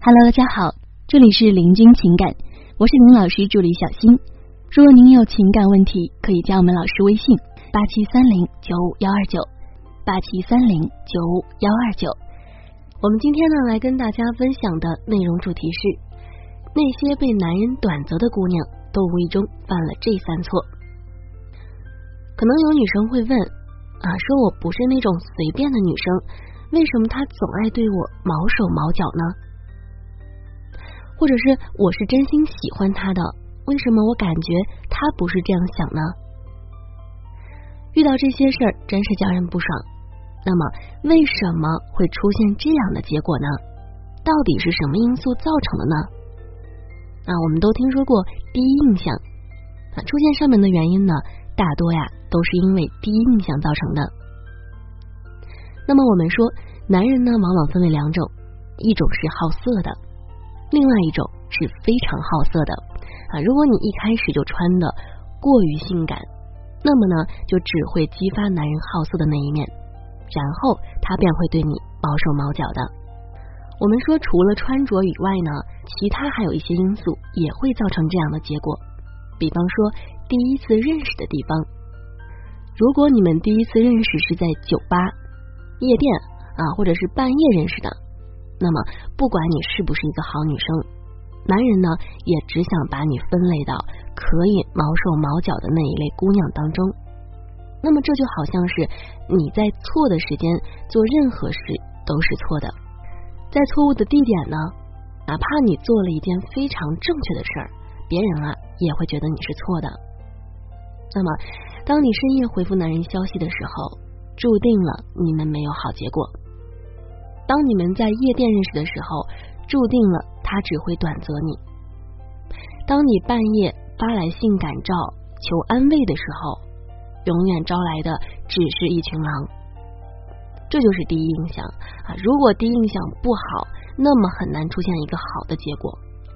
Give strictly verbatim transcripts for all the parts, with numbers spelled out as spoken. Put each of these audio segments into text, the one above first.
Hello， 大家好，这里是林君情感，我是林老师助理小新。如果您有情感问题，可以加我们老师微信八七三零九五幺二九，八七三零九五幺二九。我们今天呢，来跟大家分享的内容主题是：那些被男人短择的姑娘，都无意中犯了这三错。可能有女生会问啊，说我不是那种随便的女生，为什么她总爱对我毛手毛脚呢？或者是我是真心喜欢他的，为什么我感觉他不是这样想呢？遇到这些事儿真是叫人不爽。那么为什么会出现这样的结果呢？到底是什么因素造成的呢？啊，我们都听说过第一印象啊，出现上面的原因呢，大多呀都是因为第一印象造成的。那么我们说，男人呢往往分为两种，一种是好色的，另外一种是非常好色的啊！如果你一开始就穿的过于性感，那么呢，就只会激发男人好色的那一面，然后他便会对你毛手毛脚的。我们说，除了穿着以外呢，其他还有一些因素也会造成这样的结果。比方说，第一次认识的地方，如果你们第一次认识是在酒吧、夜店啊，或者是半夜认识的，那么不管你是不是一个好女生，男人呢也只想把你分类到可以毛手毛脚的那一类姑娘当中。那么这就好像是你在错的时间做任何事都是错的，在错误的地点呢，哪怕你做了一件非常正确的事儿，别人啊也会觉得你是错的。那么当你深夜回复男人消息的时候，注定了你们没有好结果。当你们在夜店认识的时候，注定了他只会短择你。当你半夜发来性感照求安慰的时候，永远招来的只是一群狼。这就是第一印象啊！如果第一印象不好，那么很难出现一个好的结果。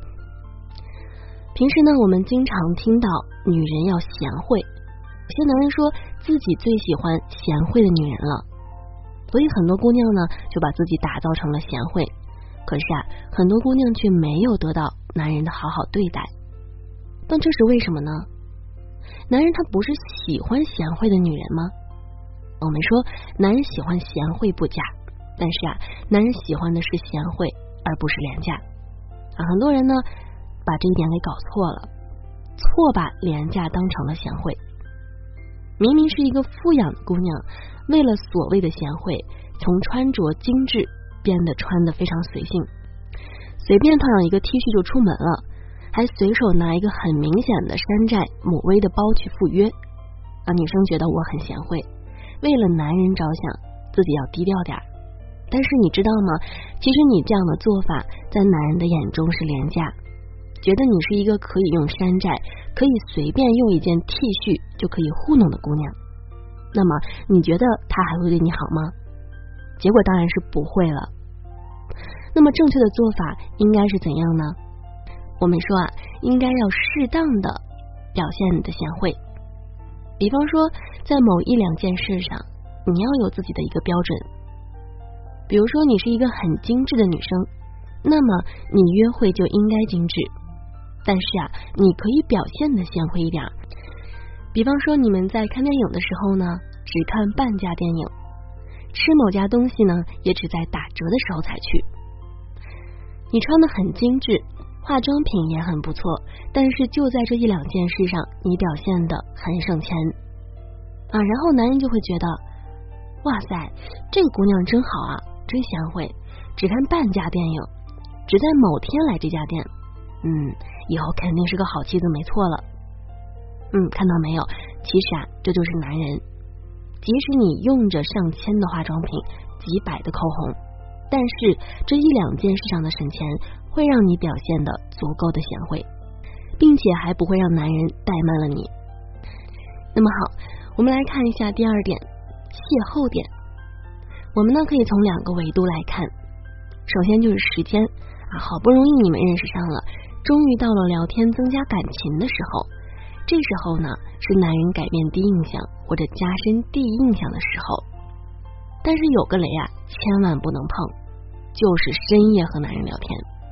平时呢，我们经常听到女人要贤惠，有些男人说自己最喜欢贤惠的女人了。所以很多姑娘呢就把自己打造成了贤惠，可是啊，很多姑娘却没有得到男人的好好对待。那这是为什么呢？男人他不是喜欢贤惠的女人吗？我们说男人喜欢贤惠不假，但是啊，男人喜欢的是贤惠而不是廉价啊。很多人呢把这一点给搞错了，错把廉价当成了贤惠。明明是一个富养的姑娘，为了所谓的贤惠，从穿着精致变得穿得非常随性，随便套上一个 T 恤就出门了，还随手拿一个很明显的山寨母威的包去赴约啊！女生觉得我很贤惠，为了男人着想，自己要低调点。但是你知道吗？其实你这样的做法在男人的眼中是廉价，觉得你是一个可以用山寨，可以随便用一件 T 恤就可以糊弄的姑娘。那么你觉得他还会对你好吗？结果当然是不会了。那么正确的做法应该是怎样呢？我们说啊，应该要适当的表现你的贤惠。比方说在某一两件事上，你要有自己的一个标准。比如说你是一个很精致的女生，那么你约会就应该精致，但是啊，你可以表现的贤惠一点。比方说你们在看电影的时候呢，只看半价电影，吃某家东西呢，也只在打折的时候才去。你穿得很精致，化妆品也很不错，但是就在这一两件事上，你表现得很省钱啊，然后男人就会觉得，哇塞，这个姑娘真好啊，真贤惠，只看半价电影，只在某天来这家店，嗯，以后肯定是个好妻子，没错了。嗯，看到没有？其实啊，这就是男人。即使你用着上千的化妆品，几百的口红，但是这一两件事上的省钱，会让你表现的足够的贤惠，并且还不会让男人怠慢了你。那么好，我们来看一下第二点，邂逅点。我们呢可以从两个维度来看。首先就是时间啊，好不容易你们认识上了，终于到了聊天增加感情的时候。这时候呢，是男人改变第一印象或者加深第一印象的时候。但是有个雷啊，千万不能碰，就是深夜和男人聊天。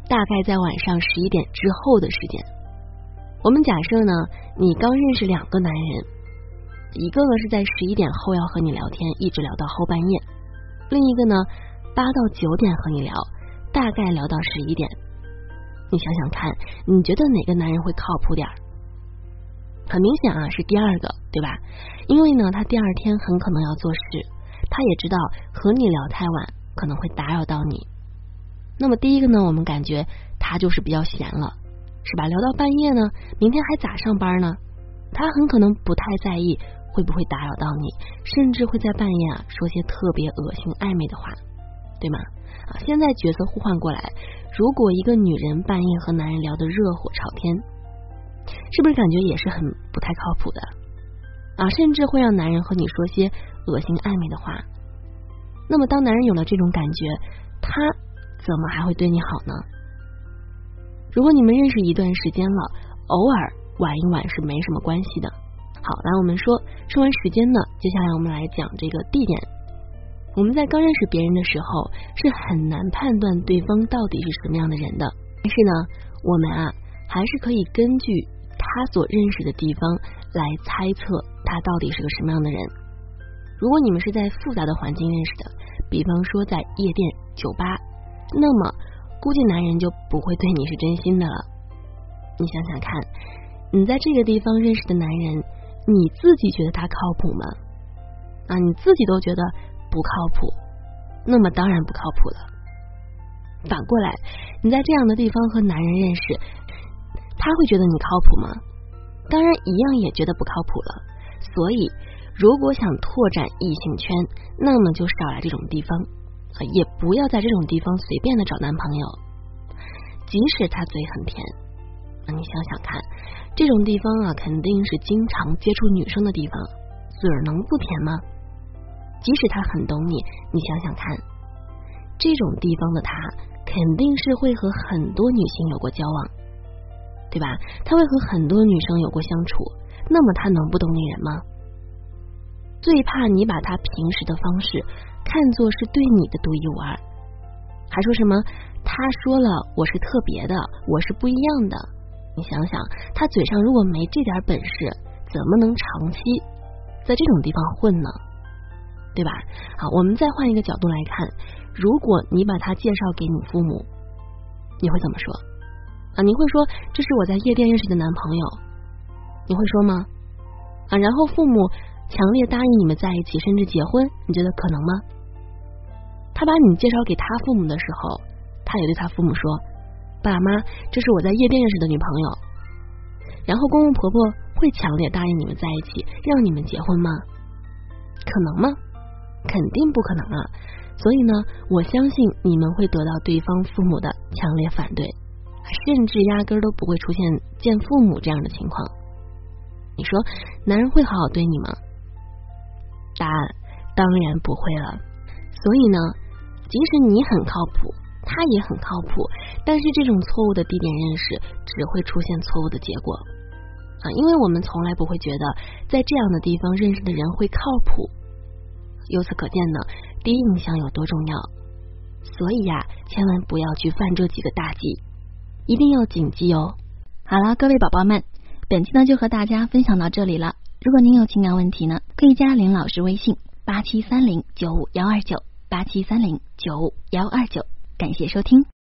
大概在晚上十一点之后的时间。我们假设呢，你刚认识两个男人，一个呢是在十一点后要和你聊天，一直聊到后半夜，另一个呢八到九点和你聊，大概聊到十一点。你想想看，你觉得哪个男人会靠谱点？很明显啊，是第二个，对吧？因为呢，他第二天很可能要做事，他也知道和你聊太晚可能会打扰到你。那么第一个呢，我们感觉他就是比较闲了，是吧？聊到半夜呢，明天还咋上班呢？他很可能不太在意会不会打扰到你，甚至会在半夜啊说些特别恶心暧昧的话，对吗？啊，现在角色互换过来，如果一个女人半夜和男人聊得热火朝天，是不是感觉也是很不太靠谱的啊？甚至会让男人和你说些恶心暧昧的话。那么当男人有了这种感觉，他怎么还会对你好呢？如果你们认识一段时间了，偶尔玩一玩是没什么关系的。好，来我们说说完时间呢，接下来我们来讲这个地点。我们在刚认识别人的时候是很难判断对方到底是什么样的人的，但是呢，我们啊还是可以根据他所认识的地方来猜测他到底是个什么样的人。如果你们是在复杂的环境认识的，比方说在夜店、酒吧，那么估计男人就不会对你是真心的了。你想想看，你在这个地方认识的男人，你自己觉得他靠谱吗？啊，你自己都觉得不靠谱，那么当然不靠谱了。反过来，你在这样的地方和男人认识，他会觉得你靠谱吗？当然一样也觉得不靠谱了。所以如果想拓展异性圈，那么就少来这种地方，也不要在这种地方随便的找男朋友。即使他嘴很甜，你想想看，这种地方啊肯定是经常接触女生的地方，嘴儿能不甜吗？即使他很懂你，你想想看，这种地方的他肯定是会和很多女性有过交往，对吧？他会和很多女生有过相处，那么他能不懂你人吗？最怕你把他平时的方式看作是对你的独一无二，还说什么他说了我是特别的，我是不一样的。你想想，他嘴上如果没这点本事，怎么能长期在这种地方混呢？对吧？好，我们再换一个角度来看，如果你把他介绍给你父母，你会怎么说啊？你会说这是我在夜店认识的男朋友，你会说吗？啊，然后父母强烈答应你们在一起，甚至结婚，你觉得可能吗？他把你介绍给他父母的时候，他也对他父母说，爸妈，这是我在夜店认识的女朋友。然后公公婆婆会强烈答应你们在一起，让你们结婚吗？可能吗？肯定不可能啊！所以呢，我相信你们会得到对方父母的强烈反对，甚至压根都不会出现见父母这样的情况。你说男人会好好对你吗？答案当然不会了。所以呢，即使你很靠谱，他也很靠谱，但是这种错误的地点认识只会出现错误的结果啊！因为我们从来不会觉得在这样的地方认识的人会靠谱。由此可见呢，第一印象有多重要。所以呀、啊，千万不要去犯这几个大忌，一定要谨记哦。 好了，各位宝宝们，本期呢就和大家分享到这里了。如果您有情感问题呢，可以加林老师微信八七三零九五幺二九八七三零九五幺二九，感谢收听。